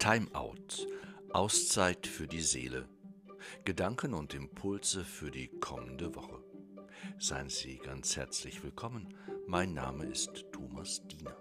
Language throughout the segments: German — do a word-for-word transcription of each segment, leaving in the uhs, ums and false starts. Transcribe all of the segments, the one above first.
Timeout. Auszeit für die Seele. Gedanken und Impulse für die kommende Woche. Seien Sie ganz herzlich willkommen. Mein Name ist Thomas Diener.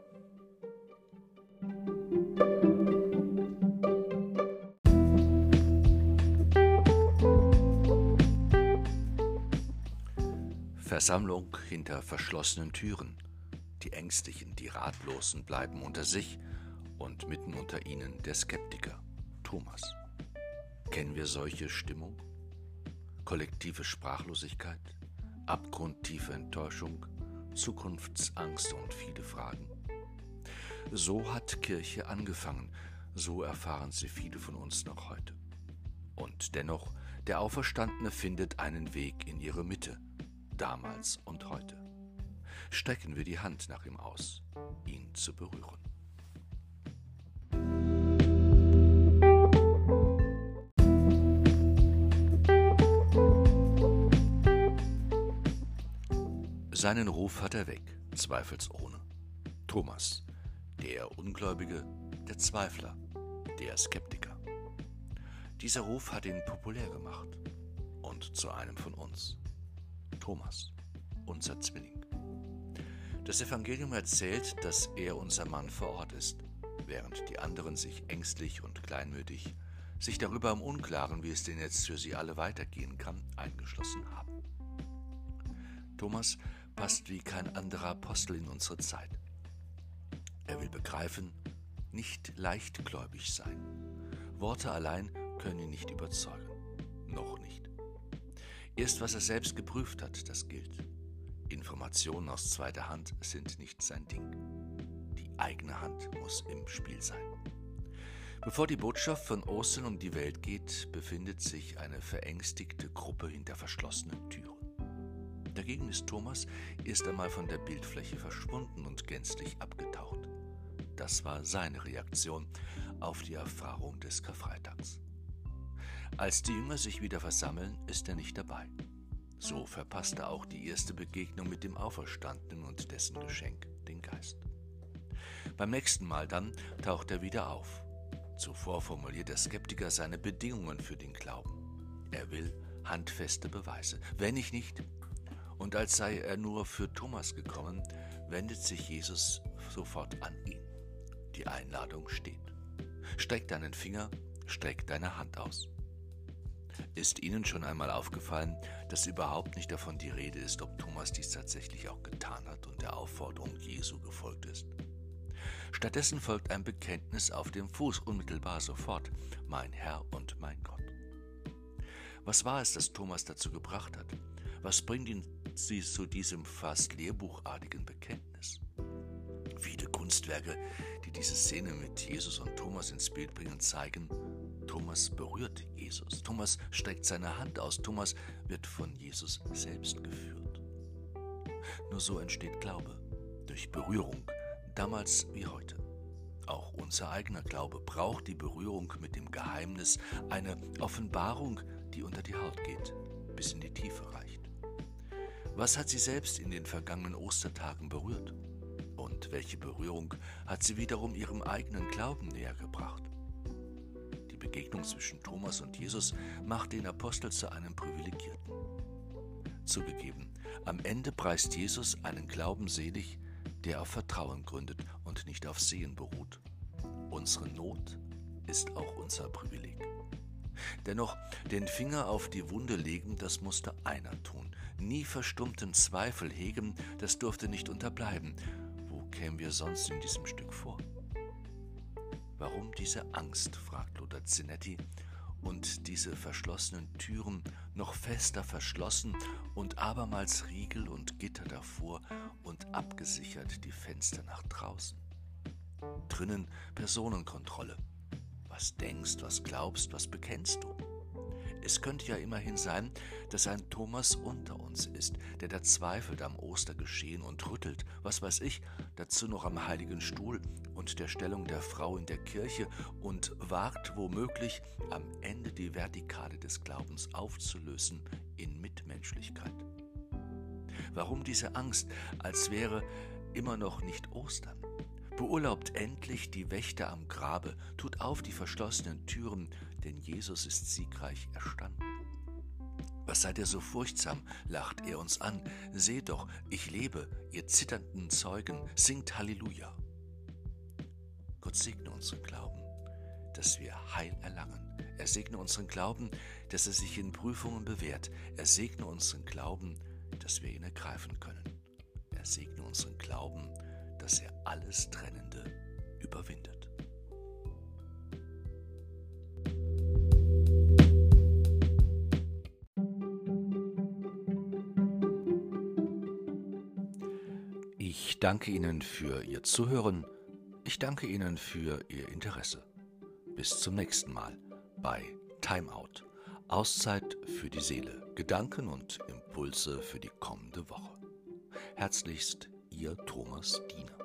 Versammlung hinter verschlossenen Türen. Die Ängstlichen, die Ratlosen bleiben unter sich und mitten unter ihnen der Skeptiker, Thomas. Kennen wir solche Stimmung? Kollektive Sprachlosigkeit, abgrundtiefe Enttäuschung, Zukunftsangst und viele Fragen. So hat Kirche angefangen, so erfahren sie viele von uns noch heute. Und dennoch, der Auferstandene findet einen Weg in ihre Mitte, damals und heute. Strecken wir die Hand nach ihm aus, ihn zu berühren. Seinen Ruf hat er weg, zweifelsohne. Thomas, der Ungläubige, der Zweifler, der Skeptiker. Dieser Ruf hat ihn populär gemacht und zu einem von uns. Thomas, unser Zwilling. Das Evangelium erzählt, dass er unser Mann vor Ort ist, während die anderen sich ängstlich und kleinmütig, sich darüber im Unklaren, wie es denn jetzt für sie alle weitergehen kann, eingeschlossen haben. Thomas passt wie kein anderer Apostel in unsere Zeit. Er will begreifen, nicht leichtgläubig sein. Worte allein können ihn nicht überzeugen. Noch nicht. Erst was er selbst geprüft hat, das gilt. Informationen aus zweiter Hand sind nicht sein Ding. Die eigene Hand muss im Spiel sein. Bevor die Botschaft von Ostern um die Welt geht, befindet sich eine verängstigte Gruppe hinter verschlossenen Türen. Dagegen ist Thomas erst einmal von der Bildfläche verschwunden und gänzlich abgetaucht. Das war seine Reaktion auf die Erfahrung des Karfreitags. Als die Jünger sich wieder versammeln, ist er nicht dabei. So verpasst er auch die erste Begegnung mit dem Auferstandenen und dessen Geschenk, den Geist. Beim nächsten Mal dann taucht er wieder auf. Zuvor formuliert der Skeptiker seine Bedingungen für den Glauben. Er will handfeste Beweise. Wenn ich nicht, und als sei er nur für Thomas gekommen, wendet sich Jesus sofort an ihn. Die Einladung steht. Streck deinen Finger, streck deine Hand aus. Ist Ihnen schon einmal aufgefallen, dass überhaupt nicht davon die Rede ist, ob Thomas dies tatsächlich auch getan hat und der Aufforderung Jesu gefolgt ist? Stattdessen folgt ein Bekenntnis auf dem Fuß, unmittelbar sofort: Mein Herr und mein Gott. Was war es, das Thomas dazu gebracht hat? Was bringt ihn zu diesem fast lehrbuchartigen Bekenntnis? Viele Kunstwerke, die diese Szene mit Jesus und Thomas ins Bild bringen, zeigen: Thomas berührt Jesus. Thomas streckt seine Hand aus. Thomas wird von Jesus selbst geführt. Nur so entsteht Glaube, durch Berührung, damals wie heute. Auch unser eigener Glaube braucht die Berührung mit dem Geheimnis, eine Offenbarung, die unter die Haut geht, bis in die Tiefe reicht. Was hat sie selbst in den vergangenen Ostertagen berührt? Und welche Berührung hat sie wiederum ihrem eigenen Glauben näher gebracht? Die Begegnung zwischen Thomas und Jesus macht den Apostel zu einem Privilegierten. Zugegeben, am Ende preist Jesus einen Glauben selig, der auf Vertrauen gründet und nicht auf Sehen beruht. Unsere Not ist auch unser Privileg. Dennoch, den Finger auf die Wunde legen, das musste einer tun. Nie verstummten Zweifel hegen, das durfte nicht unterbleiben. Wo kämen wir sonst in diesem Stück vor? Warum diese Angst, fragt Lothar Zinetti, und diese verschlossenen Türen noch fester verschlossen und abermals Riegel und Gitter davor und abgesichert die Fenster nach draußen? Drinnen Personenkontrolle. Was denkst, was glaubst, was bekennst du? Es könnte ja immerhin sein, dass ein Thomas unter uns ist, der da zweifelt am Ostergeschehen und rüttelt, was weiß ich, dazu noch am Heiligen Stuhl und der Stellung der Frau in der Kirche und wagt womöglich am Ende die Vertikale des Glaubens aufzulösen in Mitmenschlichkeit. Warum diese Angst, als wäre immer noch nicht Ostern? Beurlaubt endlich die Wächter am Grabe, tut auf die verschlossenen Türen, denn Jesus ist siegreich erstanden. Was seid ihr so furchtsam, lacht er uns an, seht doch, ich lebe, ihr zitternden Zeugen, singt Halleluja. Gott segne unseren Glauben, dass wir Heil erlangen. Er segne unseren Glauben, dass er sich in Prüfungen bewährt. Er segne unseren Glauben, dass wir ihn ergreifen können. Er segne unseren Glauben, dass er alles Trennende überwindet. Ich danke Ihnen für Ihr Zuhören. Ich danke Ihnen für Ihr Interesse. Bis zum nächsten Mal bei Timeout. Auszeit für die Seele, Gedanken und Impulse für die kommende Woche. Herzlichst, Ihr Thomas Diener.